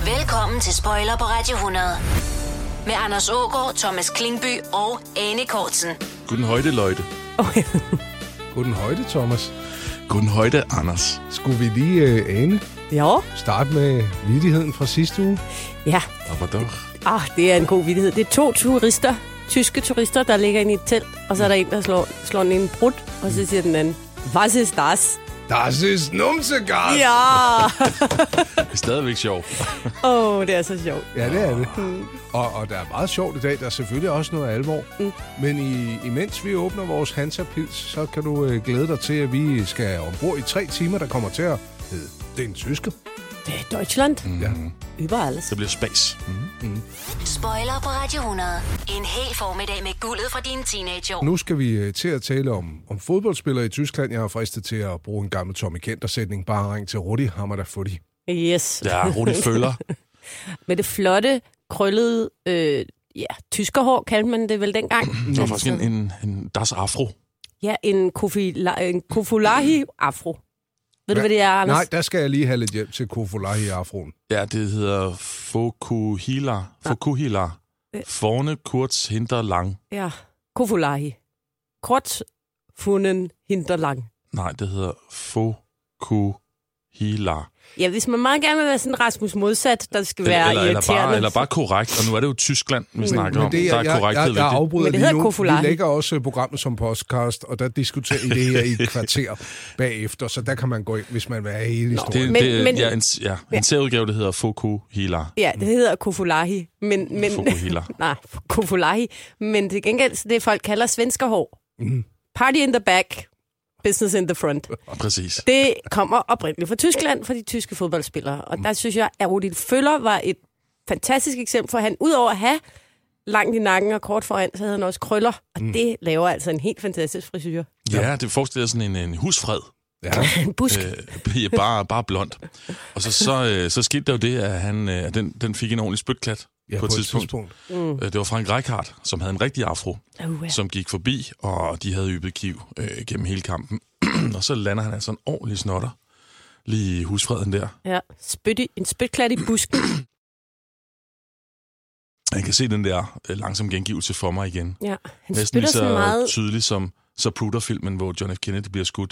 Velkommen til Spoiler på Radio 100. Med Anders Aagaard, Thomas Klingby og Ane Kortsen. Guten højde, Leute. Guten højde, Thomas. Guten højde, Anders. Skulle vi lige, Ane, starte med vittigheden fra sidste uge? Ja. Aber doch. Det er en god vittighed. Det er 2 turister, tyske turister, der ligger inde i et telt, og så er der en, der slår den ene brud, og så siger den anden, was ist das? Das ist Numsegas! Ja! Det er stadigvæk sjovt. Det er så sjovt. Ja, det er det. Og der er meget sjovt i dag. Der er selvfølgelig også noget alvor. Men imens vi åbner vores Hansa-pils, så kan du glæde dig til, at vi skal ombord i 3 timer, der kommer til at hedde Den Tyske. Det er Deutschland. Ja. Überall. Det bliver spas. Spoiler på Radio 100. En hel formiddag med guldet fra dine teenageår. Nu skal vi til at tale om fodboldspillere i Tyskland. Jeg har fristet til at bruge en gammel Tommy Kenter-sætning. Bare ring til Rudi, hammer der fodi. Yes. Ja, Rudi følger. Med det flotte, krøllede, tyskerhår, kaldte man det vel dengang. Det var faktisk en Das Afro. Ja, en Kofolahi-afro. Ved du, hvad det er, Anders? Nej, der skal jeg lige have lidt hjælp til Kofolahi-afroen. Ja, det hedder Fokuhila. Fokuhila. Vorne, kurz, hinter, lang. Ja, Kofolahi. Kort, funden, hinterlang. Nej, det hedder Fokuhila. Ja, hvis man meget gerne vil være sådan Rasmus modsat, der skal være irriterende. Eller bare korrekt, og nu er det jo Tyskland, vi snakker om. Det der er korrekthed jeg afbryder lige nu. Kofolahi. Vi lægger også programmet som podcast, og der diskuterer I det her i et kvarter bagefter, så der kan man gå ind, hvis man vil have hele historien. En serieudgave, det hedder Fokuhila. Ja, det hedder Kofolahi. Fokuhila. Nej, Kofolahi. Men til gengæld, det folk kalder svenskerhår. Party in the back. Business in the front. Præcis. Det kommer oprindeligt fra Tyskland, fra de tyske fodboldspillere. Og der synes jeg, at Rudi Føller var et fantastisk eksempel, for han udover at have langt i nakken og kort foran, så havde han også krøller. Og det laver altså en helt fantastisk frisyr. Ja, det forestiller sådan en husfred. Ja. En busk. Bare blond. Og så skete der jo det, at den fik en ordentlig spytklat. Ja, på et tidspunkt. Det var Frank Rijkaard, som havde en rigtig afro, som gik forbi, og de havde yppet kiv gennem hele kampen. Og så lander han altså en ordentlig snotter lige i husfreden der. Ja, en spytklat i busken. Jeg kan se den der langsom gengivelse for mig igen. Ja, han næsten lige så meget tydelig som Zapruder-filmen, hvor John F. Kennedy bliver skudt.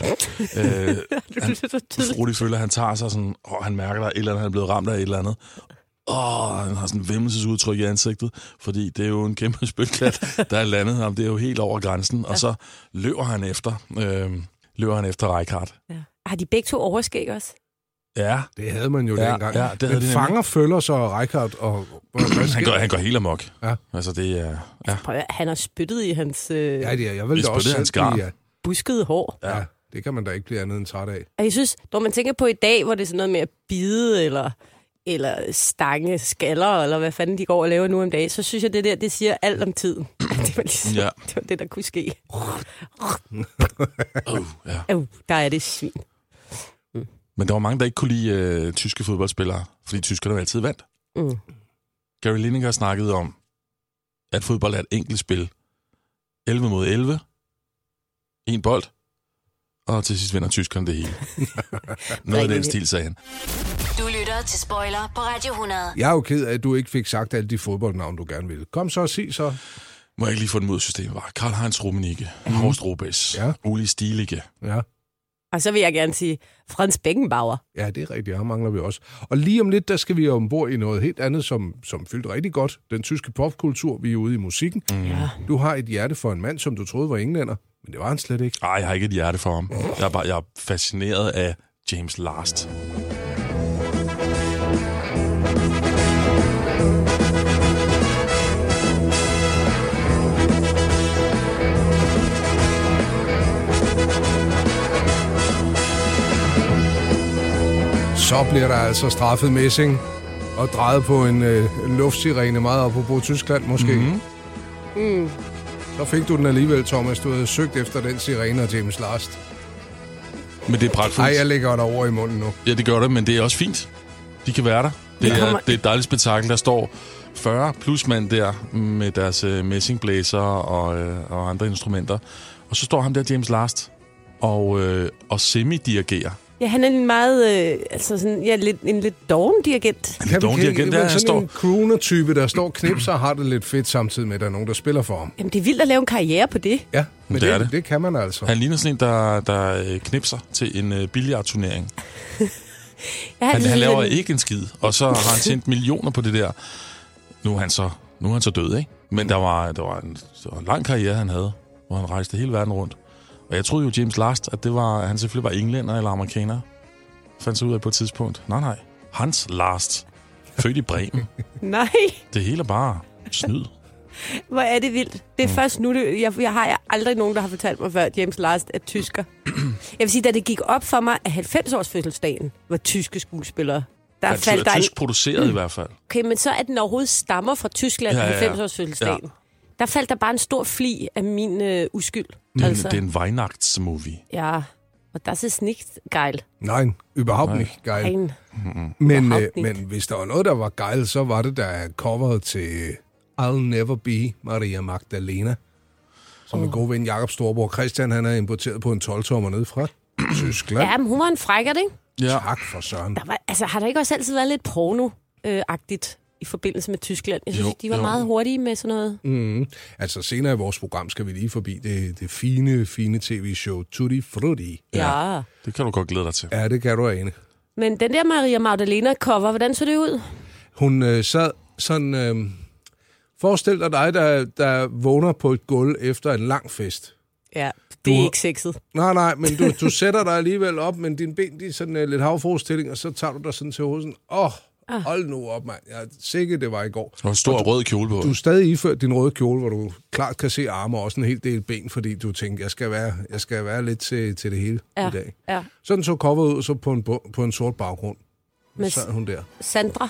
Rudi Føller, han tager sig sådan, han mærker, der et eller andet, han er blevet ramt af et eller andet. Han har sådan en væmmelsesudtryk i ansigtet, fordi det er jo en kæmpe spytklat, der er landet ham. Det er jo helt over grænsen, og så løber han efter Rijkaard. Ja. Har de begge to overskæg også? Ja. Det havde man jo dengang. Ja, det men fanger Føller så Rijkaard, og han går helt amok. Ja. Altså, det er... Ja. Han har spyttet i hans... jeg vil da også hans garn. Buskede hår. Ja, det kan man da ikke blive andet end træt af. Og jeg synes, når man tænker på i dag, hvor det er sådan noget med at bide, eller stange, skaller, eller hvad fanden de går og laver nu om dagen, så synes jeg, det siger alt om tiden. Det var ligesom, det var det, der kunne ske. Der er det svin. Men der var mange, der ikke kunne lide tyske fodboldspillere, fordi tyskerne jo altid vandt. Gary Lineker snakkede om, at fodbold er et enkelt spil. 11 mod 11. En bold. Og til sidst vinder tyskerne det hele. Noget af den stil, sagde han. Du lytter til Spoiler på Radio 100. Jeg er jo ked af, at du ikke fik sagt alle de fodboldnavn, du gerne ville. Kom så og sig så. Må jeg ikke lige få den ud af systemet? Karl-Heinz Rummenigge, Horst Robes, Uli Stilige. Ja. Og så vil jeg gerne sige Franz Beckenbauer. Ja, det er rigtigt. Her mangler vi også. Og lige om lidt, der skal vi ombord i noget helt andet, som fyldte rigtig godt. Den tyske popkultur. Vi er ude i musikken. Ja. Du har et hjerte for en mand, som du troede var englænder. Men det var han slet ikke. Nej, jeg har ikke et hjerte for ham. Jeg er fascineret af James Last. Så bliver der altså straffet Messing og drejet på en luftsirene meget op på Tyskland måske. Så fik du den alligevel, Thomas. Du havde søgt efter den sirene og James Last. Men det er pragtfuldt. Nej, jeg lægger dig over i munden nu. Ja, det gør det, men det er også fint. De kan være der. Det er et dejligt spektakel. Der står 40 plus mand der med deres messingblæser og andre instrumenter. Og så står ham der, James Last, og semi-dirigerer Ja, han er en meget, en lidt doven dirigent. En doven dirigent, der han står... en crooner-type, der står og knipser og har det lidt fedt samtidig med, at der er nogen, der spiller for ham. Jamen, det er vildt at lave en karriere på det. Ja, men det kan man altså. Han ligner sådan en, der knipser til en billiardturnering. Han laver ikke en skid, og så har han tjent millioner på det der. Nu er han så død, ikke? Men der var en lang karriere, han havde, hvor han rejste hele verden rundt. Og jeg troede jo, James Last, at han selvfølgelig var englænder eller amerikaner. Fandt sig ud af på et tidspunkt. Nej. Hans Last. Født i Bremen. Nej. Det hele er bare snyd. Hvor er det vildt. Det er først nu, jeg har aldrig nogen, der har fortalt mig før, at James Last er tysker. Jeg vil sige, da det gik op for mig, at 90-års fødselsdagen var tyske skuespillere. Tysk produceret i hvert fald. Okay, men så er den overhovedet stammer fra Tyskland 90-års fødselsdagen. Ja. Der faldt der bare en stor fli af min uskyld. Det er en Weihnachtsmovie. Ja, og das ist nicht geil. Nej, überhaupt nicht geil. Men hvis der var noget, der var geil, så var det der coveret til I'll Never Be Maria Magdalena. Som en god ven, Jakob Storborg Christian, han er importeret på en 12-tommer ned fra Tyskland. Ja, men hun var en frækker, ikke? Ja. Tak for søren. Har der ikke også altid været lidt porno-agtigt i forbindelse med Tyskland? Jeg synes, de var meget hurtige med sådan noget. Altså senere i vores program skal vi lige forbi det fine tv-show Tutti Frutti. Ja. Det kan du godt glæde dig til. Ja, det kan du ane. Men den der Maria Magdalena-cover, hvordan så det ud? Hun sad sådan... Forestil dig, der vågner på et gulv efter en lang fest. Ja, det er ikke sexet. Nej, men du sætter dig alligevel op, men dine ben, de er sådan lidt havforestilling, og så tager du dig sådan til hovedet. Hold nu op, mand. Jeg er sikker, det var i går. Og en stor rød kjole på. Du er stadig iført din røde kjole, hvor du klart kan se arme og også en hel del ben, fordi du tænker, jeg skal være lidt til det hele i dag. Ja. Sådan så coveret ud så på en sort baggrund. Så sad hun der. Sandra.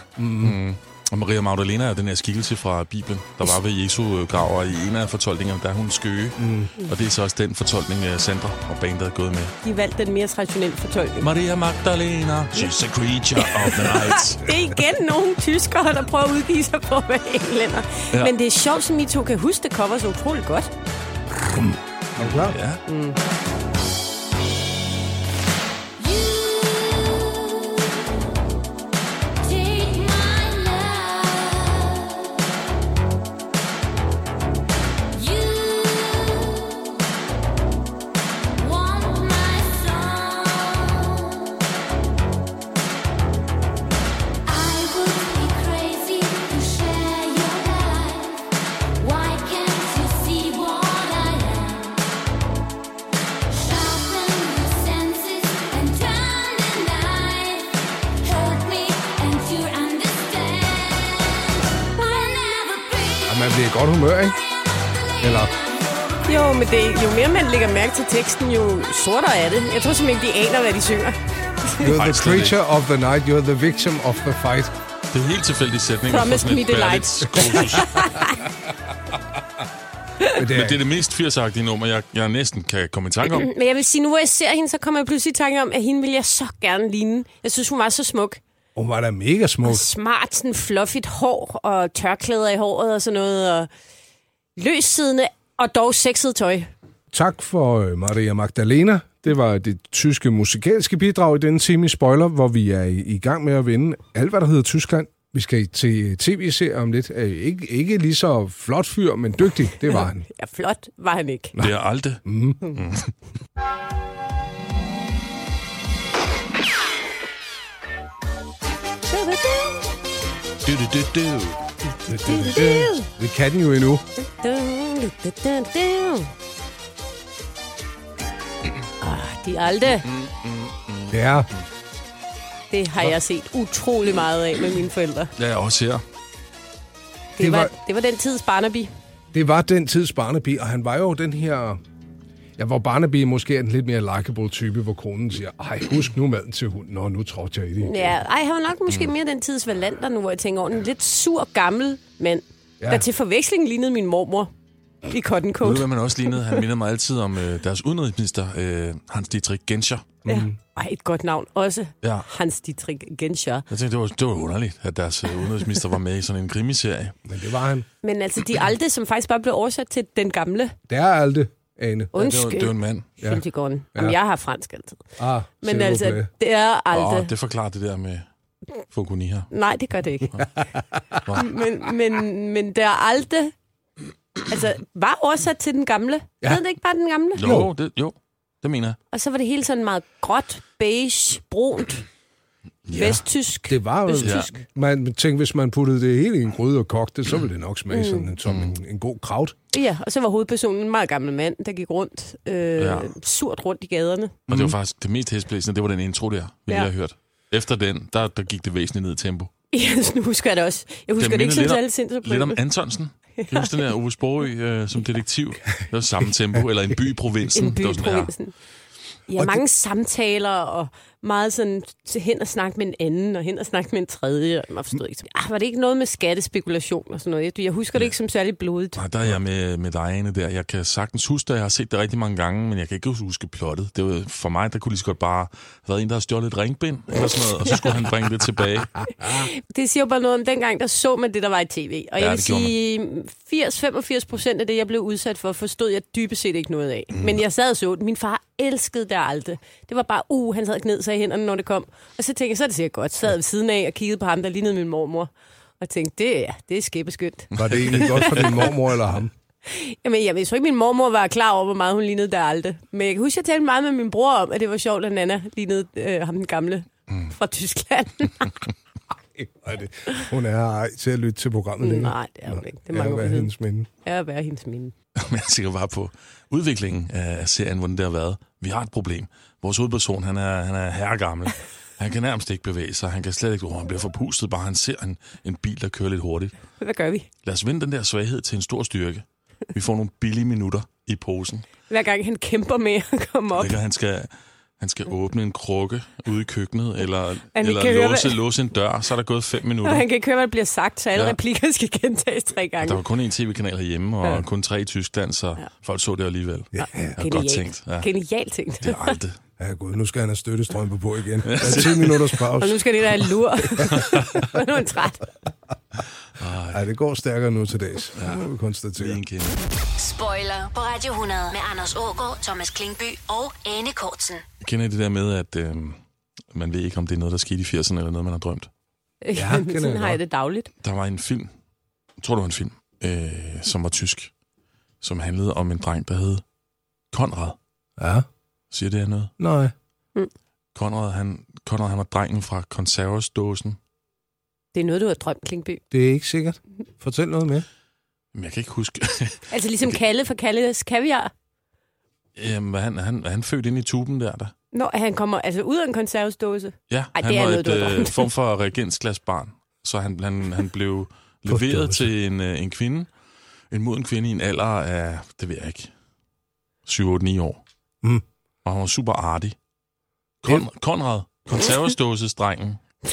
Og Maria Magdalena er den her skikkelse fra Bibelen, der var ved Jesu graver i en af fortolkningerne, der er hun skøge. Og det er så også den fortolkning, Sandra og bandet er gået med. De valgte den mere traditionelle fortolkning. Maria Magdalena, she's a creature of the night. Det er igen nogle tyskere, der prøver at udgive sig på at være englænder. Ja. Men det er sjovt, som I to kan huske, det cover så utroligt godt. Er du klar? Ja. Man bliver i godt humør, ikke? Eller? Jo, men jo mere man lægger mærke til teksten, jo sortere er det. Jeg tror simpelthen ikke, de aner, hvad de synger. You're the creature of the night, you're the victim of the fight. Det er helt tilfældige sætninger. Promise me delight. Men det er det mest 80'agtige nummer, jeg næsten kan komme i tanke om. Men jeg vil sige, nu hvor jeg ser hende, så kommer jeg pludselig i tanke om, at hende vil jeg så gerne ligne. Jeg synes, hun var så smuk. Hun var da mega smuk. Og smart, sådan fluffigt hår og tørklæder i håret og sådan noget. Og løssiddende og dog sexet tøj. Tak for Maria Magdalena. Det var det tyske musikalske bidrag i denne time spoiler, hvor vi er i gang med at vinde alt, hvad der hedder Tyskland. Vi skal til tv-serie om lidt. Ikke lige så flot fyr, men dygtig. Det var han. Ja, flot var han ikke. Det er aldrig. Det kan den jo endnu. De Alte. Ja. Det har jeg set utrolig meget af med mine forældre. Ja, også her. Det var den tids Barnaby. Det var den tids Barnaby, og han var jo den her... Ja, hvor Barnaby måske er en lidt mere likeable type, hvor konen siger, ej, husk nu maden til hunden. Nå, nu tror jeg i det. Ja, han var nok måske mere den tids Wallander nu, hvor jeg tænker over en lidt sur gammel mand, der til forveksling lignede min mormor i cotton coat. Ved du, hvad man også lignede? Han mindede mig altid om deres udenrigsminister, Hans Dietrich Genscher. Ja. Ej, et godt navn også. Ja. Hans Dietrich Genscher. Jeg tænkte, det var underligt, at deres udenrigsminister var med i sådan en krimiserie. Men det var han. Men altså, de Alte, som faktisk bare blev oversat til den gamle. Det er Alte. Ane. Undskyld. Det var en mand. Fintigon. Jamen, jeg har fransk altid. Men s'il altså, vous plaît. det er aldrig... Det forklarer det der med Fogoni her. Nej, det gør det ikke. men det er aldrig... Altså, var oversat til den gamle? Ja. Hed det ikke bare den gamle? Jo, det mener jeg. Og så var det hele sådan meget gråt, beige, brunt, vesttysk, Det var jo... østtysk. Man tænkte, hvis man puttede det hele i en gryde og kogte det, så ville det nok smage sådan, som en god kraut. Ja, og så var hovedpersonen en meget gammel mand, der gik rundt, surt rundt i gaderne. Og det var faktisk det mest hæsblæsende, det var den intro der, vi lige har hørt. Efter den, der gik det væsentligt ned i tempo. Ja, nu husker jeg det også. Jeg husker det ikke som særligt sindssygt. Lidt om Antonsen. Kan du huske den der Ove Sprogøe som detektiv? Det var samme tempo, eller en by i provinsen. En by i provinsen. Ja, mange samtaler, og meget sådan hen og snakke med en anden, og hen og snakke med en tredje. Man forstod ikke. Var det ikke noget med skattespekulation og sådan noget? Jeg husker det ikke som særligt blodigt. Nej, der er jeg med dig, Ane, der. Jeg kan sagtens huske det, jeg har set det rigtig mange gange, men jeg kan ikke huske plottet. Det var for mig, der kunne lige så godt bare have været en, der har stjålet et ringbind, eller sådan noget, og så skulle han bringe det tilbage. Det siger jo bare noget om dengang, der så man det, der var i tv. Og jeg vil sige, 80-85% af det, jeg blev udsat for, forstod jeg dybest set ikke noget af. Men jeg sad og så det. Min far elskede det aldrig. Det var bare, han sad og gned sig i hænderne, når det kom. Og så tænkte jeg, så er det sikkert godt. Sad ved siden af og kiggede på ham, der lignede min mormor. Og tænkte, det er skæbeskyndt. Var det egentlig godt for din mormor eller ham? Jamen, jeg tror ikke, min mormor var klar over, hvor meget hun lignede der aldrig. Men jeg kan huske, at jeg talte meget med min bror om, at det var sjovt, at Nana lignede ham den gamle fra Tyskland. Hun er ej til at lytte til programmet længere. Nej, det er hun ikke. Det er mange år siden. Hendes minde. At være hendes minde. Jeg er sikker bare på udviklingen af serien, hvordan det har været. Vi har et problem. Vores hovedperson, han er herregammel. Han kan nærmest ikke bevæge sig. Han kan slet ikke... Han bliver forpustet, bare han ser en bil, der kører lidt hurtigt. Hvad gør vi? Lad os vende den der svaghed til en stor styrke. Vi får nogle billige minutter i posen. Hver gang han kæmper med at komme op. Han skal åbne en krukke ude i køkkenet, eller låse en dør, så er der gået 5 minutter. Og han kan ikke høre, hvad der bliver sagt, så alle replikker skal gentages 3 gange. Der var kun én tv-kanal herhjemme, og kun 3 i Tyskland, så folk så det alligevel. Ja. Godt tænkt. Ja. Genialt tænkt. Det er aldrig. Ja, gud, nu skal han have støttestrømper på igen. Der er 10 minutters pause. Og nu skal det der lur. Nu er han træt. Ej, det går stærkere nu til dags. Ja. Det må vi konstatere. Spoiler på Radio 100 med Anders Aagaard, Thomas Klingby og Ane Kortsen. Kender I det der med, at man ved ikke, om det er noget, der skete i 80'erne, eller noget, man har drømt? Ja, sådan har jeg det dagligt. Der var en film, jeg tror, det var en film, som var tysk, som handlede om en dreng, der hed Konrad. Ja. Siger det her noget? Nej. Konrad, han var drengen fra konservesdåsen. Det er noget, du har drømt, Klingby. Det er ikke sikkert. Fortæl noget mere. Men jeg kan ikke huske. Altså ligesom Kalle fra Kalles Kaviar. Jamen, han født ind i tuben der. Nå, han kommer altså ud af en konservesdåse. Ja, Ej, han det er var noget, et form for reagensglasbarn. Så han blev leveret til en kvinde, en moden kvinde i en alder af, det ved jeg ikke, 7-8-9 år. Og han var super artig. Konrad, konservesdåsesdrengen.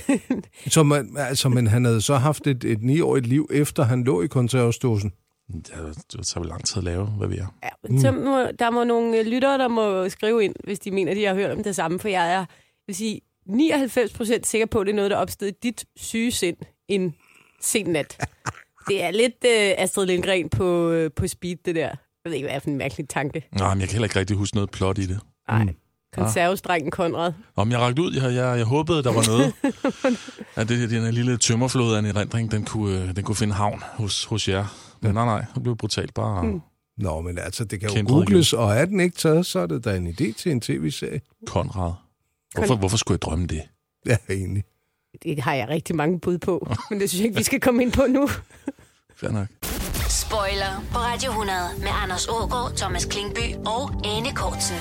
Men han havde så haft et 9-årigt liv, efter han lå i konservesdåsen. Ja, det tager vel lang tid at lave, hvad vi er. Ja, så der må nogle lyttere, der må skrive ind, hvis de mener, de har hørt om det samme. For jeg er, vil sige, 99% sikker på, at det er noget, der opstod i dit syge sind en sen nat. Det er lidt Astrid Lindgren på speed, det der. Jeg ved ikke, hvad er for en mærkelig tanke. Nej, men jeg kan heller ikke rigtig huske noget plot i det. Nej. Konservesdrengen Konrad. Om jeg rakte ud, jeg håbede, der var noget. At den lille tømmerflåde af en erindring, den kunne finde havn hos jer. Men nej, det blev brutalt bare... Nå, men altså, det kan jo googles, og er den ikke taget, så er det da en idé til en tv-serie. Konrad. Hvorfor skulle jeg drømme det? Ja, egentlig. Det har jeg rigtig mange bud på, men det synes jeg ikke, vi skal komme ind på nu. Fair nok. Spoiler på Radio 100 med Anders Aagaard, Thomas Klingby og Ane Kortsen.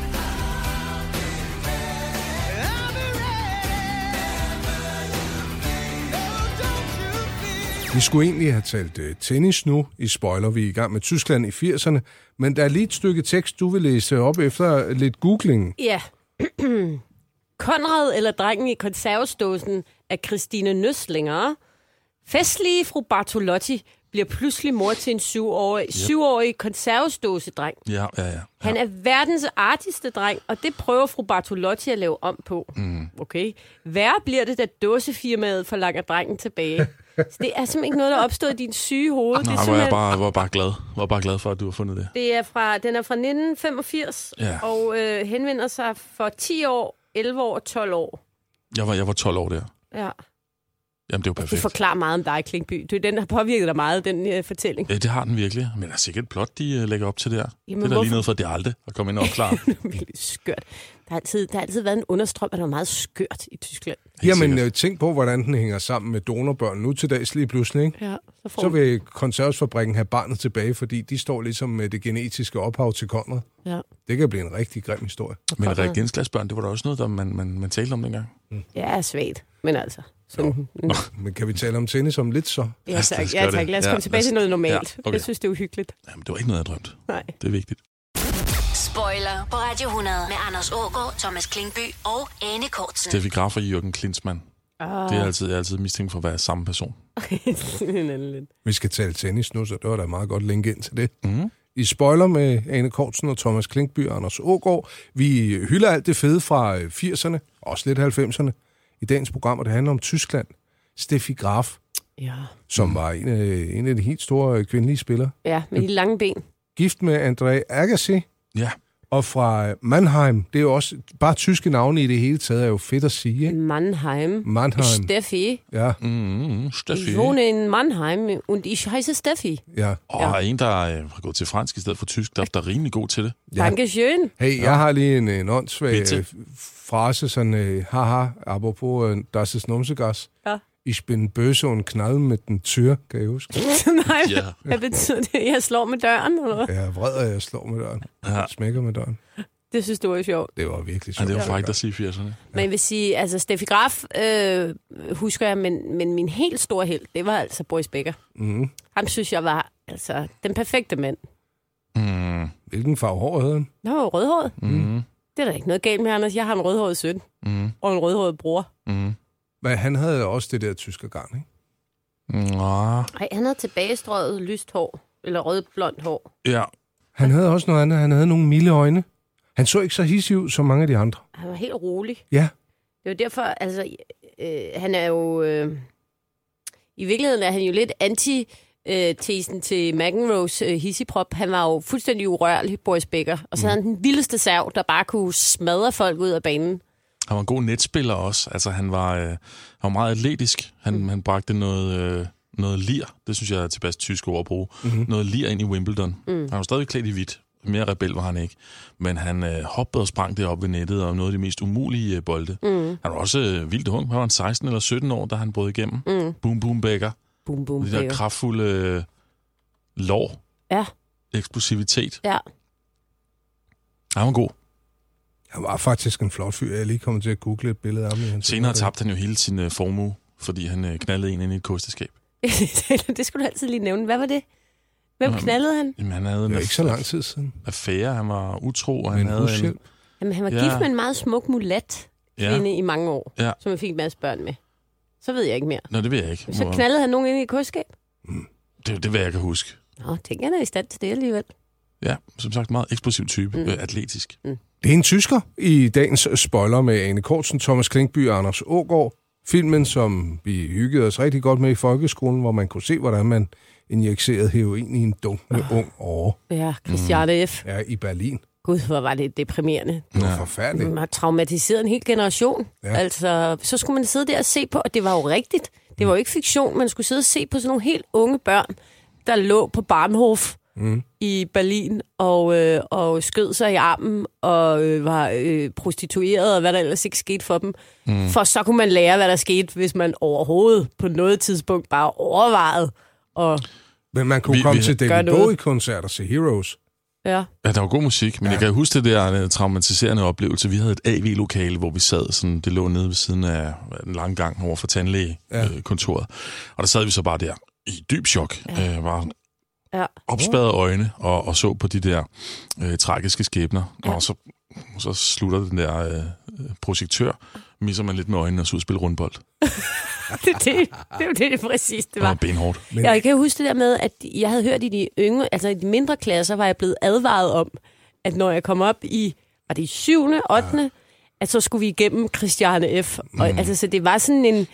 Vi skulle egentlig have talt tennis nu i Spoiler. Vi er i gang med Tyskland i 80'erne. Men der er lige et stykke tekst, du vil læse op efter lidt googling. Ja. Konrad eller drengen i konservesdåsen af Christine Nøslinger. Festlige fru Bartolotti bliver pludselig mor til en 7-årig konservesdåsedreng. Ja. Han er verdens artigste dreng, og det prøver fru Bartolotti at lave om på. Okay. Værre bliver det, da dåsefirmaet forlanger drengen tilbage. Det er simpelthen ikke noget, der er opstået i din syge hoved. Nej, det er var simpelthen... jeg var bare glad. Var bare glad for, at du har fundet det. Den er fra 1985, og henvender sig for 10 år, 11 år og 12 år. Jeg var 12 år der. Ja. Jamen, det er jo perfekt. Det forklarer meget om dig, Klingby. Det er den, der har påvirket dig meget, den fortælling. Ja, det har den virkelig. Men der er sikkert et plot, de lægger op til der. Jamen, det er der lige noget for, at det aldrig at komme ind og opklare. Det er virkelig skørt. Der har altid været en understrøm, at der er meget skørt i Tyskland. Jamen, tænk på, hvordan den hænger sammen med donorbørn nu til dags lige pludselig, ikke? Ja, så vil konservesfabrikken have barnet tilbage, fordi de står ligesom med det genetiske ophav til Conrad. Ja. Det kan blive en rigtig grim historie. Men reagensglasbørn, det var da også noget, der man talte om dengang. Ja, svagt. Men altså... Men kan vi tale om tennis om lidt så? Ja, tak. Lad os komme tilbage til noget normalt. Ja, okay. Jeg synes, det er uhyggeligt. Jamen, det var ikke noget, jeg drømte. Nej. Det er vigtigt. Spoiler på Radio 100 med Anders Aagaard, Thomas Klingby og Ane Kortsen. Steffi Graf og Jürgen Klinsmann. Det er jeg altid mistænkt for at være samme person. Vi skal tale tennis nu, så det var da meget godt link ind til det. Mm-hmm. I spoiler med Ane Kortsen og Thomas Klingby og Anders Aagaard. Vi hylder alt det fede fra 80'erne, også lidt 90'erne, i dagens program, og det handler om Tyskland. Steffi Graf, som var en af de helt store kvindelige spillere. Ja, med de lange ben. Gift med André Agassi. Ja. Og fra Mannheim. Det er jo også bare tyske navne i det hele taget, er jo fedt at sige. Ikke? Mannheim. Steffi. Ja. Steffi. Ich wohne in Mannheim, und ich heiße Steffi. Ja. Og en, der har gået til fransk i stedet for tysk, der er rimelig god til det. Ja. Dankeschön. Hey, jeg har lige en åndssvag frase, sådan, haha, apropos das ist Numsegas. Ja. Ich bin bøse und knalden med den tyr, kan jeg huske? Nej, hvad betyder det? Jeg slår med døren, eller hvad? Ja, vred, og jeg slår med døren. Ja. Smækker med døren. Det synes du var sjovt. Det var virkelig sjovt. Ja, det var faktisk at sige 80'erne. Men jeg vil sige, altså Steffi Graf husker jeg, men min helt store held, det var altså Boris Becker. Mm. Han synes jeg var altså den perfekte mand. Mm. Hvilken farve hår havde han? Han var jo rødhåret. Mm. Det er da ikke noget galt med, Anders. Jeg har en rødhåret søn og en rødhåret bror. Mm. Men han havde også det der tyskergarn, ikke? Nej, han havde tilbagestrøget lyst hår, eller rødblondt hår. Ja. Han havde også noget andet. Han havde nogle milde øjne. Han så ikke så hissig ud som mange af de andre. Han var helt rolig. Ja. Det var derfor, altså, han er jo... I virkeligheden er han jo lidt antitesen til McEnroes hissigprop. Han var jo fuldstændig urørlig, Boris Becker. Og så havde han den vildeste sav, der bare kunne smadre folk ud af banen. Han var en god netspiller også. Altså, han var meget atletisk. Han bragte noget lir. Det synes jeg er tilbage tysk ord at bruge. Mm-hmm. Noget lir ind i Wimbledon. Han var stadig klædt i hvidt. Mere rebel var han ikke. Men han hoppede og sprang deroppe ved nettet, og noget af de mest umulige bolde. Han var også vildt ung. Han var 16 eller 17 år, da han brød igennem. Boom, boom, Becker. Boom, boom, de der kraftfulde lår. Ja. Eksplosivitet. Ja. Han var god. Han var faktisk en flot fyr. Jeg er lige kommet til at google et billede af ham. Senere tabte han jo hele sin formue, fordi han knaldede en ind i et kosteskab. Det skulle du altid lige nævne. Hvad var det? Hvem knaldede han? Jamen, han havde ikke så lang tid siden. Affære, han var utro, og han havde Jamen, han var gift med en meget smuk mulat kvinde i mange år, som jeg fik en masse børn med. Så ved jeg ikke mere. Nå, det ved jeg ikke. Så knaldede han nogen ind i et kosteskab? Det vil jeg kan huske. Nå, tænker jeg, han er i stand til det alligevel. Ja, som sagt, meget eksplosiv type. Atletisk. Det er en tysker i dagens spoiler med Ane Kortsen, Thomas Klingby og Anders Aagaard. Filmen, som vi hyggede os rigtig godt med i folkeskolen, hvor man kunne se, hvordan man injicerede heroin i en dunkende ung åre. Ja, Christiane F. Ja, i Berlin. Gud, hvor var det deprimerende. Det var forfærdeligt. Man har traumatiseret en hel generation. Ja. Altså, så skulle man sidde der og se på, og det var jo rigtigt. Det var jo ikke fiktion. Man skulle sidde og se på sådan nogle helt unge børn, der lå på Bahnhof i Berlin og skød sig i armen og var prostitueret og hvad der ellers ikke skete for dem. For så kunne man lære, hvad der skete, hvis man overhovedet på noget tidspunkt bare overvejede. Men man kunne komme til David Bowie-koncert og se Heroes. Ja, der var god musik, men jeg kan huske det der traumatiserende oplevelse. Vi havde et AV-lokale, hvor vi sad, sådan, det lå nede ved siden af en lang gang over for tandlægekontoret. Og der sad vi så bare der i dyb chok. Bare opspadede øjne og så på de der tragiske skæbner. Ja. Og så slutter den der projektør, misser man lidt med øjnene og så udspiller rundbold. det er jo det præcis, det var. Og benhårdt. Jeg kan huske det der med, at jeg havde hørt i de yngre, altså i de mindre klasser, var jeg blevet advaret om, at når jeg kom op i, var det 7. 8. at så skulle vi igennem Christiane F. Og, altså, så det var sådan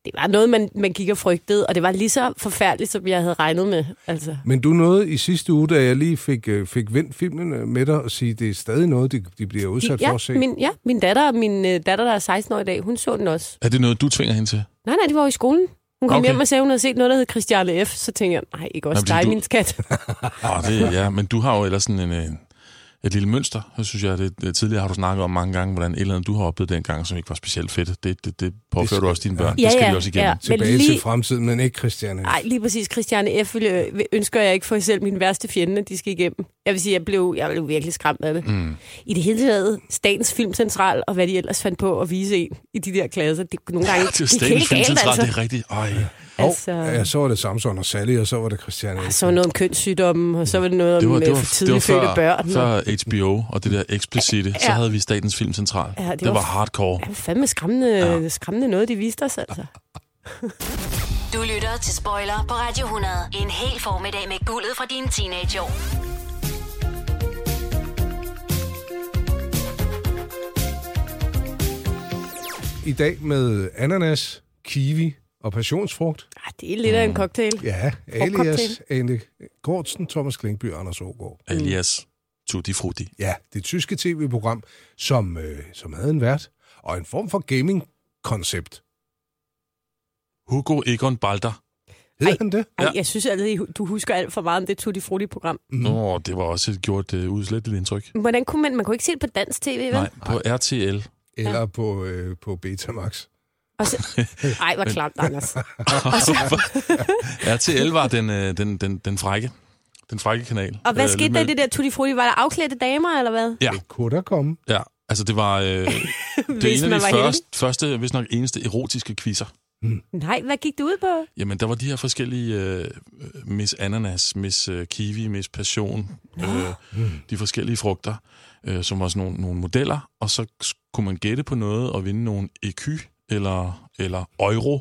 Det var noget, man gik og frygtede, og det var lige så forfærdeligt, som jeg havde regnet med. Altså. Men du nåede i sidste uge, da jeg lige fik vendt filmen med dig, og sige, det er stadig noget, de bliver udsat for at se. Min datter, der er 16 år i dag, hun så den også. Er det noget, du tvinger hende til? Nej, de var i skolen. Hun kom hjem og sagde, hun havde set noget, der hed Christiane F. Så tænkte jeg, nej, ikke også dig, min skat. Men du har jo ellers sådan et lille mønster, synes jeg. Det tidligere har du snakket om mange gange, hvordan et eller andet, du har oplevet dengang, som ikke var specielt fedt. Det påfører du også dine børn. Det skal vi også igennem. Ja. Tilbage til fremtiden, men ikke Christiane F. Nej, lige præcis. Christiane F. ønsker jeg ikke for selv min værste fjende, de skal igennem. Jeg vil sige, jeg blev virkelig skræmt af det. I det hele taget, Statens Filmcentral, og hvad de ellers fandt på at vise en i de der klasser, det nogle gange det er helt galt, altså. Det er rigtigt. Så var det Samson og Sally, og så var det Christiane F. Så var noget om kønssygdommen, og så var det noget om for tidligt fødte børn. Før HBO og det der eksplicite, så havde vi Statens Filmcentral. Ja, det var hardcore. Det var fandme skræmmende noget, de viste os, altså. Du lytter til Spoiler på Radio 100. En hel formiddag med guldet fra dine teenageår. I dag med ananas, kiwi og passionsfrugt. Det er lidt af en cocktail. Ja, alias Ane Gortsen, Thomas Klingby og Anders Aagaard. Alias Tutti Frutti. Ja, det tyske tv-program, som havde en vært og en form for gaming-koncept. Hugo Egon Balder. Hedder han det? Ej, jeg synes altid, du husker alt for meget om det Tutti Frutti-program. Det var også gjort udslettet indtryk. Hvordan kunne man kunne ikke se det på dansk tv, vel? Nej, på RTL. Eller på Betamax. Ej, hvor klamt, Anders. RTL var den frække kanal. Og hvad skete der i det der Tutti Frutti? Var der afklædte damer, eller hvad? Ja. Det kunne der komme. Ja, altså det var det en af de første, hvis nok eneste erotiske quizzer. Nej, hvad gik det ud på? Jamen, der var de her forskellige Miss Ananas, Miss Kiwi, Miss Passion, de forskellige frugter, som var sådan nogle modeller, og så kunne man gætte på noget og vinde nogle EQ eller euro,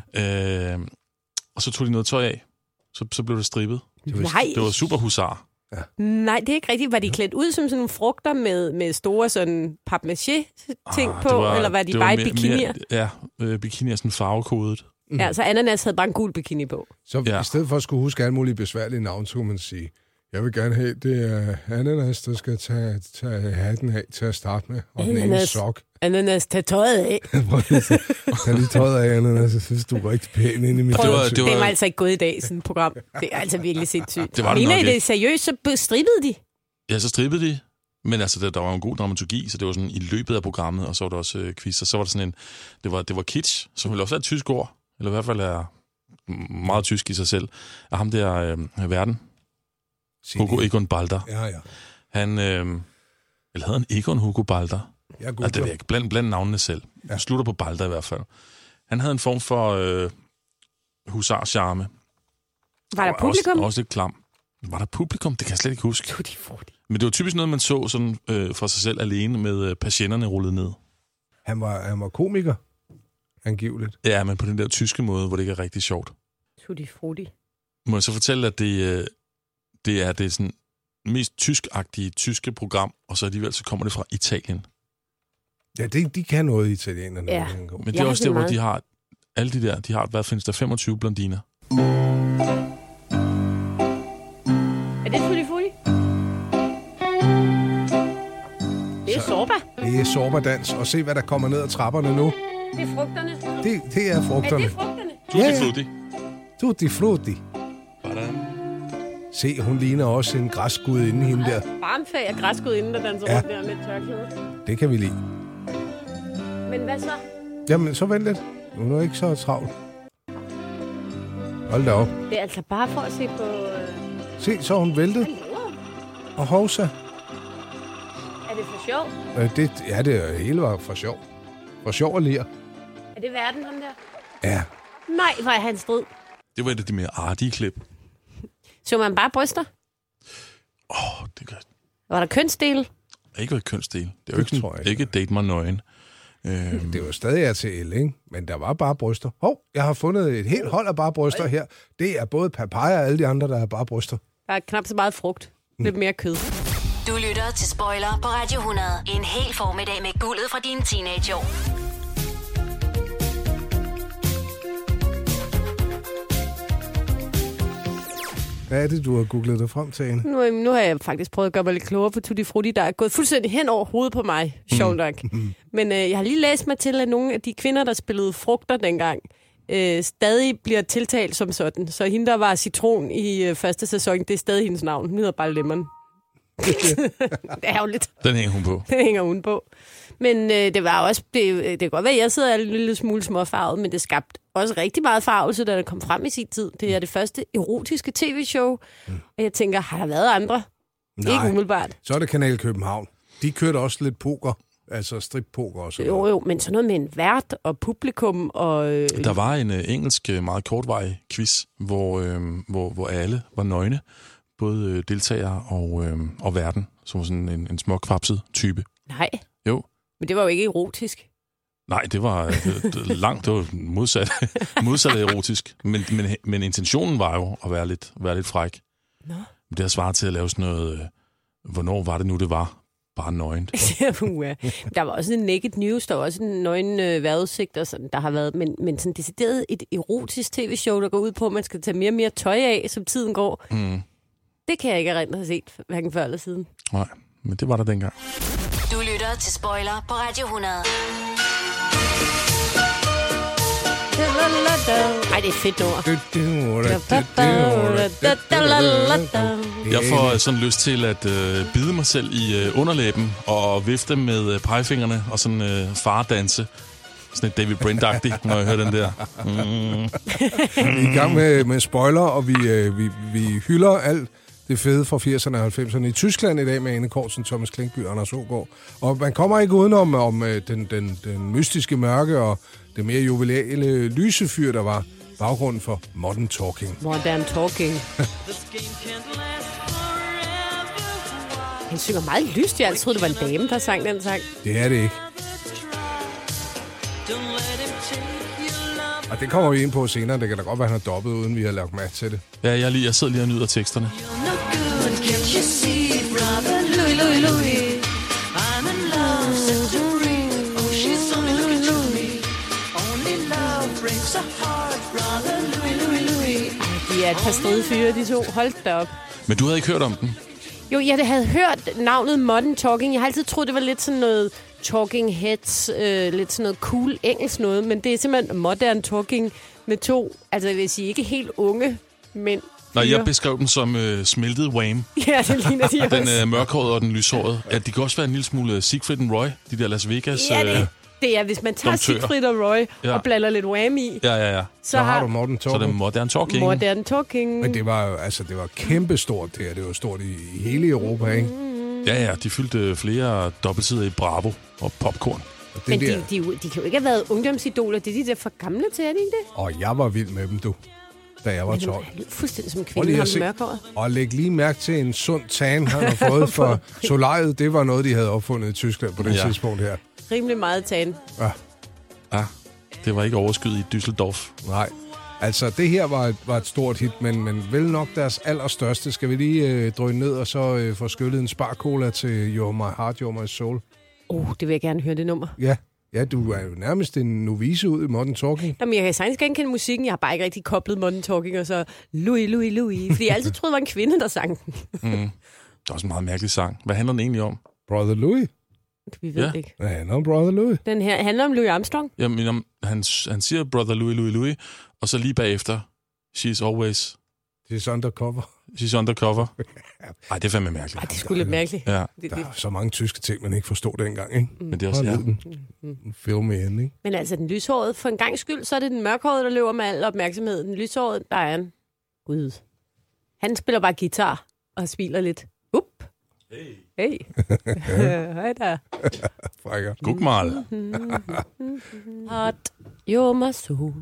og så tog de noget tøj af, så blev det strippet. Det var super husar. Ja. Nej, det er ikke rigtigt. Var de klædt ud som sådan nogle frugter med store sådan papmaché-ting på, eller var de bare i bikinier? Bikinier sådan farvekodet. Ja, så ananas havde bare en gul bikini på. Så i stedet for at skulle huske alle mulige besværlige navne, så kunne man sige, jeg vil gerne have, det er ananas, der skal tage hatten af til at starte med, og den ene sok. Ananas, tag tøjet af. Tag lige tøjet af, ananas, jeg synes, du er rigtig pæn inde i mit det var altså ikke gået i dag, sådan et program. Det er altså virkelig sindssygt. Mener I det seriøst, så strippede de? Ja, så strippede de. Men altså, der var en god dramaturgi, så det var sådan i løbet af programmet, og så var der også quiz, og så var der sådan det var kitsch, som vel også er et tysk ord, eller i hvert fald er meget tysk i sig selv, af ham der verden. Hugo Egon Balder. Ja. Han, eller havde han Egon Hugo Balder? Det er ikke blandt navnene selv. Ja. Slutter på Balder i hvert fald. Han havde en form for husar-charme. Var der publikum? Også lidt klam. Var der publikum? Det kan jeg slet ikke huske. Men det var typisk noget, man så sådan, for sig selv alene med patienterne rullet ned. Han var komiker, angiveligt. Ja, men på den der tyske måde, hvor det ikke er rigtig sjovt. Tutti Frutti. Må jeg så fortælle, at det er det sådan mest tyskagtige tyske program, og så alligevel så kommer det fra Italien. Ja, de kan noget italienerne. Ja. Men det er også der, hvor de har alle de der, de har, hvad findes der, 25 blondiner. Er det Tutti Frutti? Det er Zorba. Det er Zorba-dans, og se, hvad der kommer ned ad trapperne nu. Det er frugterne. Det er frugterne. Er det frugterne? Tutti Frutti. Tutti Frutti. Se, hun ligner også en græsgudinde hende der. Barmfag er græsgudinde, der danser rundt der med tørklæde. Det kan vi lide. Men hvad så? Jamen, så vent lidt. Nu er ikke så travlt. Hold da op. Det er altså bare for at se på... Se, så er hun væltet. Og hovsa. Er det for sjov? Det hele var for sjov. For sjov og lir. Er det verden, ham der? Ja. Nej, hvor er han strid. Det var et af de mere artige klip. Så man bare bryster? Det gør... Var der kønsdele? Ikke kønsdele. Det er jo ikke date mig nøgen. Det var stadig RTL, ikke? Men der var bare bryster. Jeg har fundet et helt hold af bare bryster her. Det er både papaya og alle de andre, der er bare bryster. Der er knap så meget frugt. Lidt mere kød. Du lytter til Spoiler på Radio 100. En hel formiddag med guldet fra dine teenageår. Hvad er det, du har googlet dig frem til, Ane? Nu har jeg faktisk prøvet at gøre mig lidt klogere på Tutti Frutti, der er gået fuldstændig hen over hovedet på mig. Sjovt nok. Men jeg har lige læst mig til, at nogle af de kvinder, der spillede frugter dengang, stadig bliver tiltalt som sådan. Så hende, der var citron i første sæson, det er stadig hendes navn. Hun hedder bare Lemon. Det er jo lidt. Den hænger hun på. Den hænger hun på. Men det var også, det kan godt være, at jeg sidder en lille smule småfarvet, men det skabte også rigtig meget farvelse, da det kom frem i sin tid. Det er det første erotiske tv-show, og jeg tænker, har der været andre? Nej. Ikke umiddelbart. Så er det Kanal København. De kørte også lidt poker, altså strip-poker og sådan noget. Jo, men sådan noget med en vært og publikum og... Der var en engelsk meget kortvarig quiz, hvor alle var nøgne. Både deltagere og verden, som var sådan en småkvapset type. Nej. Jo. Men det var jo ikke erotisk. Nej, det var langt, det var modsat erotisk. Men intentionen var jo at være lidt fræk. Nå. Det har svaret til at lave sådan noget, hvornår var det nu, det var? Bare nøgent. Der var også en naked news, der var også en nøgen vejrudsigt, og sådan, der har været, men sådan decideret et erotisk tv-show, der går ud på, at man skal tage mere og mere tøj af, som tiden går. Det kan jeg ikke erindre have set, hverken før eller siden. Nej, men det var der dengang. Du lytter til Spoiler på Radio 100. Ej, det er fedt ord. Jeg får sådan lyst til at bide mig selv i underlæben og vifte med pegefingrene og sådan fardanse. Sådan et David Brent-agtigt, når jeg hører den der. Vi er i gang med spoiler, og vi hylder alt det fede fra 80'erne og 90'erne i Tyskland i dag med Ane Cortzen, Thomas Klinkby og Anders Aagaard. Og man kommer ikke udenom om den mystiske mørke og det mere jubilæale lysefyr, der var baggrunden for Modern Talking. Modern Talking. Han synger meget lyst. Jeg troede, det var en dame, der sang den sang. Det er det ikke. Og det kommer vi ind på senere. Det kan da godt være, han har dobbet, uden vi har lagt mærke til det. Ja, jeg sidder lige og nyder teksterne. De er et par stride fyre, de to. Hold da op. Men du havde ikke hørt om den? Jo, jeg havde hørt navnet Modern Talking. Jeg har altid troet, det var lidt sådan noget Talking Heads, lidt sådan noget cool engelsk noget, men det er simpelthen Modern Talking med to, altså jeg vil sige ikke helt unge mænd. Nej, jeg beskrev den som smeltet Wham. Ja, det ligner de også. Den mørkhårede og den lyshårede. Ja, de kan også være en lille smule Siegfried and Roy, de der Las Vegas. Ja, det er, hvis man tager Siegfried og Roy og blander lidt Wham i. Ja. Så har du Modern Talking. Så det er Modern Talking. Modern Talking. Men det var jo, altså det var kæmpestort der. Det var stort i hele Europa, ikke? Ja, de fyldte flere dobbeltsider i Bravo og Popcorn. Men de kan jo ikke have været ungdomsidoler. Det er de der for gamle til, er det ikke det? Og jeg var vild med dem, da jeg var 12. Fuldstændig som kvinde, ham mørkhåret. Og læg lige mærke til en sund tan, han har fået for solariet. Det var noget, de havde opfundet i Tyskland på det tidspunkt her. Rimelig meget tan. Ja, det var ikke overskyet i Düsseldorf. Nej, altså det her var et stort hit, men vel nok deres allerstørste. Skal vi lige drøne ned og så få skyllet en Spar-Cola til You're My Heart, You're My Soul? Det vil jeg gerne høre, det nummer. Ja, du er jo nærmest en novice ud i Modern Talking. Jamen, jeg kan sagtens genkende musikken. Jeg har bare ikke rigtig koblet Modern Talking og så Louis. Fordi jeg altid troede, det var en kvinde, der sang den. Det er også en meget mærkelig sang. Hvad handler den egentlig om? Brother Louis? Vi ved ikke. Hvad handler om Brother Louis? Den her handler om Louis Armstrong. Jamen, han siger Brother Louis, og så lige bagefter, She's undercover. Ej, det er fandme mærkeligt. Ej, det er sgu lidt mærkeligt. Ja. Der er så mange tyske ting, man ikke forstod dengang, ikke? Men det er også Film igen, ikke? Men altså, den lyshårede, for en gang skyld, så er det den mørkhårede, der løber med al opmærksomhed. Den lyshårede, der er en gud. Han spiller bare guitar og smiler lidt. Hey. Hej der. Frækker. Guckmal. Hot, you're my soul.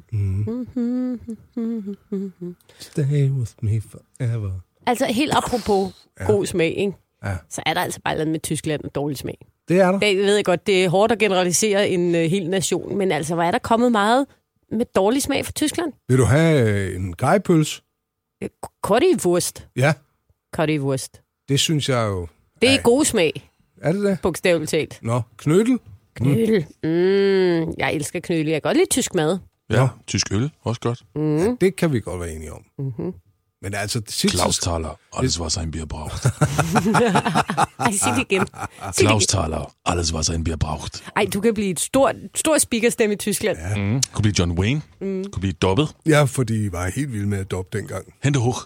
Stay with me forever. Altså, helt apropos god smag, ikke? Ja. Så er der altså bare noget med Tyskland og dårlig smag. Det er der. Det ved jeg godt, det er hårdt at generalisere en hel nation, men altså, hvor er der kommet meget med dårlig smag fra Tyskland? Vil du have en gejpøls? Currywurst. Ja. Currywurst. Det synes jeg jo... Det er god smag. Er det det? Bogstaveligt talt. Nå, knødel? Knødel. Jeg elsker knødel. Jeg kan godt lide tysk mad. Ja, tysk øl. Også godt. Ja, det kan vi godt være enige om. Men altså... Klaus Thaler, alles was ein Bier braucht. Ej, sig det igen. Klaus Thaler, alles was ein Bier braucht. Ej, du kan blive et stor speakerstemme i Tyskland. Ja. Kunne blive John Wayne. Kunne blive dobbet. Ja, for de var helt vilde med at dobbe dengang. Hente hoch.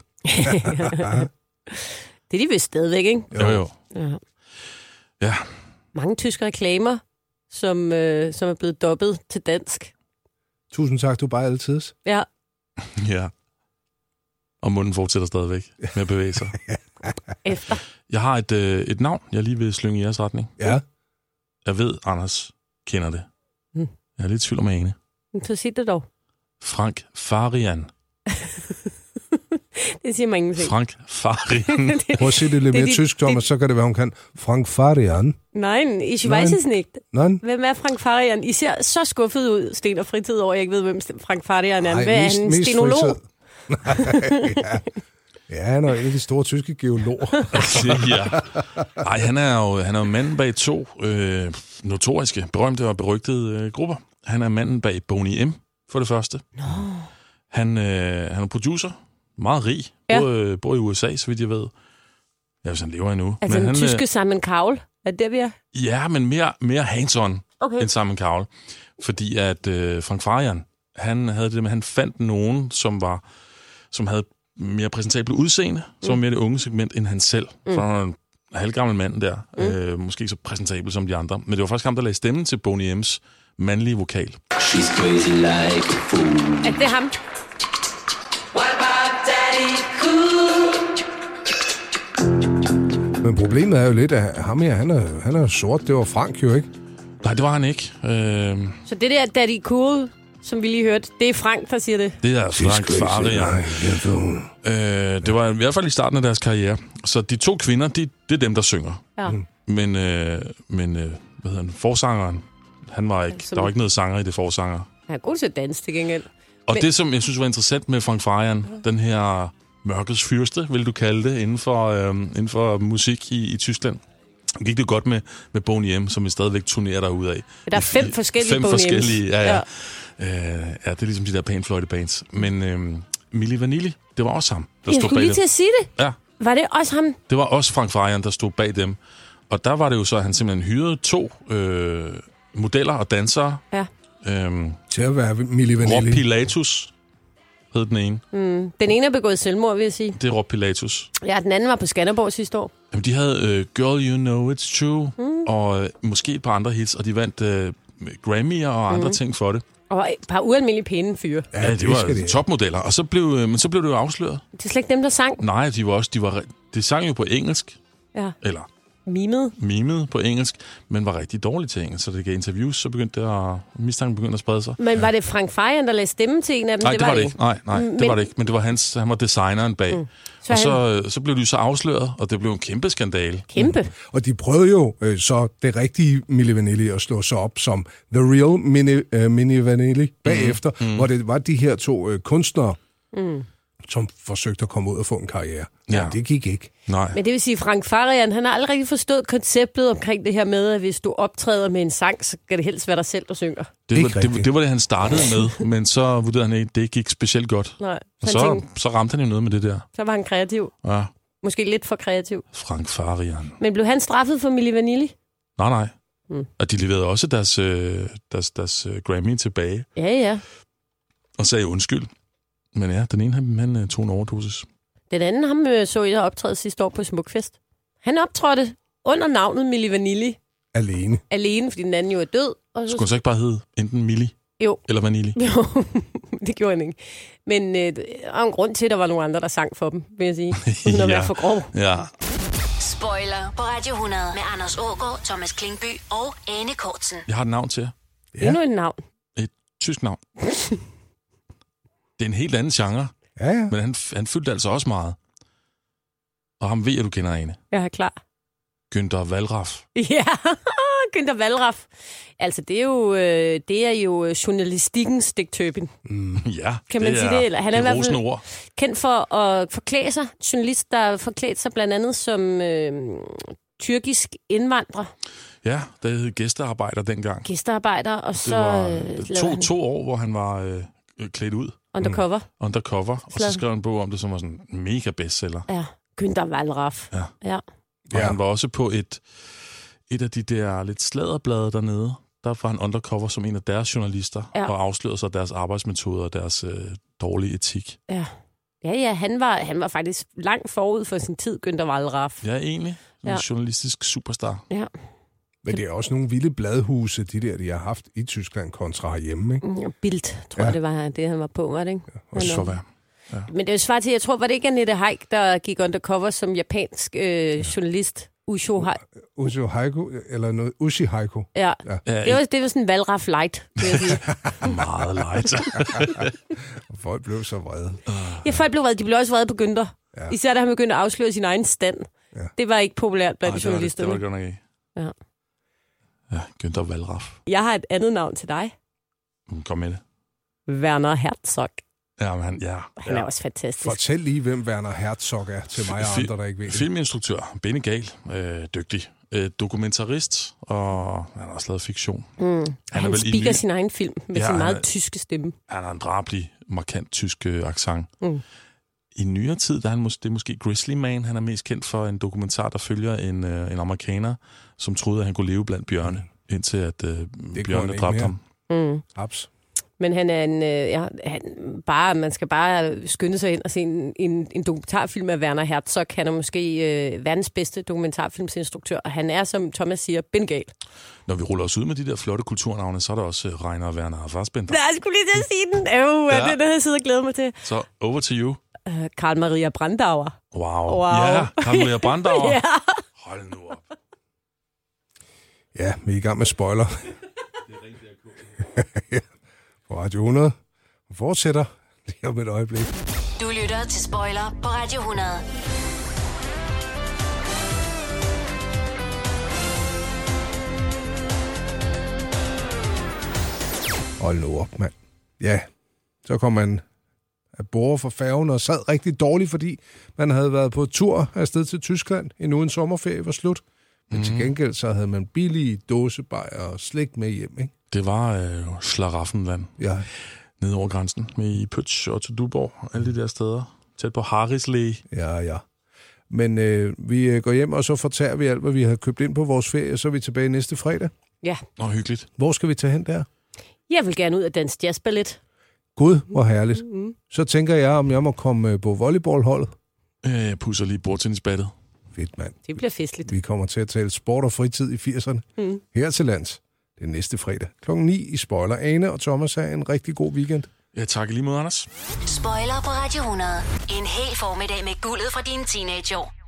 Det er de vist stadigvæk, ikke? Jo. Ja. Mange tyske reklamer, som er blevet dobbet til dansk. Tusind tak, du er bare altid. Ja. Ja. Og munden fortsætter stadigvæk med at bevæge sig. Efter. Jeg har et navn, jeg lige vil slynge i jeres retning. Ja. Jeg ved, Anders kender det. Jeg er lidt i tvivl om ane. Så sig det dog. Frank Farian. Det siger mig ingenting. Frank Farian. Prøv at sige det lidt mere tysk, Thomas, så kan det være, hun kan. Frank Farian. Nein, ich weiß es nicht. Nein. Hvem er Frank Farian? I ser så skuffet ud, Sten og Fritid, over jeg ikke ved, hvem Frank Farian er. Hvad er han? Stenolog? Ja, han er en af de store tyske geologer. Ja. Ej, han er jo manden bag 2 notoriske, berømte og berygtede grupper. Han er manden bag Boney M, for det første. Han er producer, meget rig, bor i USA, så vidt jeg ved. Ja, hvis han lever endnu. Altså men den tyske Simon Cowell, er det vi er? Ja, men mere hands-on end Simon Cowell. Fordi at Frank Farian, han havde det med, han fandt nogen, som havde mere præsentabelt udseende, som var mere det unge segment end han selv. For han var en halvgammel mand der. Måske ikke så præsentabel som de andre. Men det var faktisk ham, der lagde stemmen til Boney M's mandlige vokal. She's crazy like a fool. Er det ham? What about Daddy Cool? Men problemet er jo lidt, at ham her, han er sort. Det var Frank jo, ikke? Nej, det var han ikke. Så det der Daddy Cool, som vi lige hørte, det er Frank, der siger det? Det er Frank Farian. Det var i hvert fald i starten af deres karriere. Så de 2 kvinder, det er dem, der synger. Ja. Men hvad hedder han? Forsangeren, han var ikke, der var ikke noget sanger i det forsanger. Han er god til at danse til gengæld. Og det, som jeg synes var interessant med Frank Farian, den her mørkets fyrste, vil du kalde det, inden for musik i Tyskland. Gik det godt med Boney M, som vi stadigvæk turnerer derudad. Der er 5 forskellige Boney M's. Ja. Ja, det er ligesom de der panfløjte-bands. Men Milli Vanilli, det var også ham, der stod bag dem. Jeg skulle lige til at sige det. Ja. Var det også ham? Det var også Frank Farian, der stod bag dem. Og der var det jo så, at han simpelthen hyrede 2 modeller og dansere. Ja. Til at være Milli Vanilli. Rob Pilatus hed den ene. Den ene er begået selvmord, vil jeg sige. Det er Rob Pilatus. Ja, den anden var på Skanderborg sidste år. Jamen, de havde Girl You Know It's True, og måske et par andre hits, og de vandt Grammy'er og andre ting for det. Og et par ualmindelige pæne fyre. Ja, det var topmodeller. Og så blev det jo afsløret. Det er slet ikke dem, der sang. Nej, de sang jo på engelsk. Ja. Eller mimet på engelsk, men var rigtig dårligt til engelsk. Så det gav interviews, så begyndte mistanken begyndte at sprede sig. Men var det Frank Farian, der lagde stemme til en af dem? Nej, det var det ikke. Nej, det var det ikke. Men det var han var designeren bag. Så blev de så afsløret, og det blev en kæmpe skandale. Kæmpe. Og de prøvede jo så det rigtige Milli Vanilli at slå sig op som The Real Milli Vanilli bagefter, hvor det var de her 2 kunstnere, som forsøgte at komme ud og få en karriere. Ja, det gik ikke. Nej. Men det vil sige, Frank Farian, han har aldrig rigtig forstået konceptet omkring det her med, at hvis du optræder med en sang, så kan det helst være dig selv, der synger. Det var det, han startede med, men så vurderede han ikke, det gik specielt godt. Nej. Så ramte han jo noget med det der. Så var han kreativ. Ja. Måske lidt for kreativ. Frank Farian. Men blev han straffet for Milli Vanilli? Nej. Og de leverede også deres Grammy tilbage. Ja. Og sagde undskyld. Men ja, den ene han tog en overdosis. Den anden, ham så jeg optræde sidste år på Smukfest. Han optrådte under navnet Milli Vanilli. Alene, fordi den anden jo er død. Og Skulle han så ikke bare hedde enten Milli eller Vanilli? Jo, det gjorde han ikke. Men der er en grund til, at der var nogle andre, der sang for dem, vil jeg sige. Uden at være for grov. Ja. Spoiler på Radio 100 med Anders Aagaard, Thomas Klingby og Ane Kortsen. Jeg har et navn til jer. Ja. Endnu et navn. Et tysk navn. Det er en helt anden genre. Ja. Men han fyldte altså også meget. Og ham ved, at du kender Ane. Jeg er klar. Günther Wallraff. Ja, Günther Wallraff. Altså, det er jo journalistikkens Dick Turpin. Ja, kan man sige det? Eller, han er i hvert fald ord. kendt for at forklæde sig. Journalist, der forklædt sig blandt andet som tyrkisk indvandrer. Ja, der hed gæstearbejder dengang. Gæstearbejder, og så... Det var to år, hvor han var klædt ud. Undercover. Og så skrev han en bog om det, som var sådan en mega bestseller. Ja, Günther Wallraff. Ja. Og han var også på et af de der lidt sladderblade dernede. Der var han undercover som en af deres journalister, og afslørede så deres arbejdsmetoder og deres dårlige etik. Ja, han var faktisk langt forud for sin tid, Günther Wallraff. Ja, egentlig. En journalistisk superstar. Ja. Men det er også nogle vilde bladhuse, de har haft i Tyskland kontra herhjemme, ikke? Bild, tror jeg, det var det, han var på, var det ikke? Ja, også for hvad? Ja. Men det er jo svar til, jeg tror, var det ikke Annette Haik, der gik undercover som japansk journalist? Ushi Haiko, eller noget Ushi Haiko. Ja. Det var sådan en Wallraff light, vil jeg sige. Meget light. Og folk blev så vrede. Ja, folk blev vrede. De blev også vrede på Günther. Ja. Især da han begyndte at afsløre sin egen stand. Ja. Det var ikke populært blandt journalisterne. Det var godt nok ikke. Ja, Günther Wallraff. Jeg har et andet navn til dig. Kom med det. Werner Herzog. Ja, men han er også fantastisk. Fortæl lige, hvem Werner Herzog er til mig og andre, der ikke ved det. Filminstruktør, benegal, dygtig, dokumentarist, og han har også lavet fiktion. Han speaker sin egen film med sin meget tyske stemme. Han har en drabelig, markant tysk accent. I nyere tid, der er det måske Grizzly Man. Han er mest kendt for en dokumentar, der følger en amerikaner, som troede, at han kunne leve blandt bjørne, indtil at bjørnene dræbte ham. Abs. Men han er man skal bare skynde sig ind og se en dokumentarfilm af Werner Herzog. Han er måske verdens bedste dokumentarfilmsinstruktør, og han er, som Thomas siger, bengal. Når vi ruller os ud med de der flotte kulturnavne, så er der også Rainer Werner Fassbinder. Jeg skulle lige til at sige den. Det har jeg siddet og glædet mig til. Så over to you. Karl Maria Brandauer. Wow. Ja, Karl Maria Brandauer. Ja. Hold nu op. Ja, vi er i gang med spoiler. Det er rigtig på Radio 100. Og fortsætter lige om et øjeblik. Du lytter til Spoiler på Radio 100. Hold nu op, mand. Ja, så kom man af bord fra færgen og sad rigtig dårligt, fordi man havde været på tur afsted til Tyskland, endnu en sommerferie var slut. Men til gengæld så havde man billige dåsebajer og slik med hjem, ikke? Det var Schlaraffenland. Ja. Nede over grænsen med i Pøtsch og til Duborg. Alle de der steder. Tæt på Harrisley. Ja. Men vi går hjem, og så fortærer vi alt, hvad vi har købt ind på vores ferie, så er vi tilbage næste fredag. Ja. Nå, hyggeligt. Hvor skal vi tage hen der? Jeg vil gerne ud af Dansk Jazzballet. Gud, hvor herligt. Så tænker jeg, om jeg må komme på volleyballholdet. Jeg pusser lige bordtennisbattet. Fedt, mand. Det bliver festligt. Vi kommer til at tale sport og fritid i 80'erne. Her til lands. Det er næste fredag. 9:00 i Spoiler. Ane og Thomas har en rigtig god weekend. Ja, tak lige mod, Anders. Spoiler på Radio 100. En hel formiddag med guldet fra dine teenageår.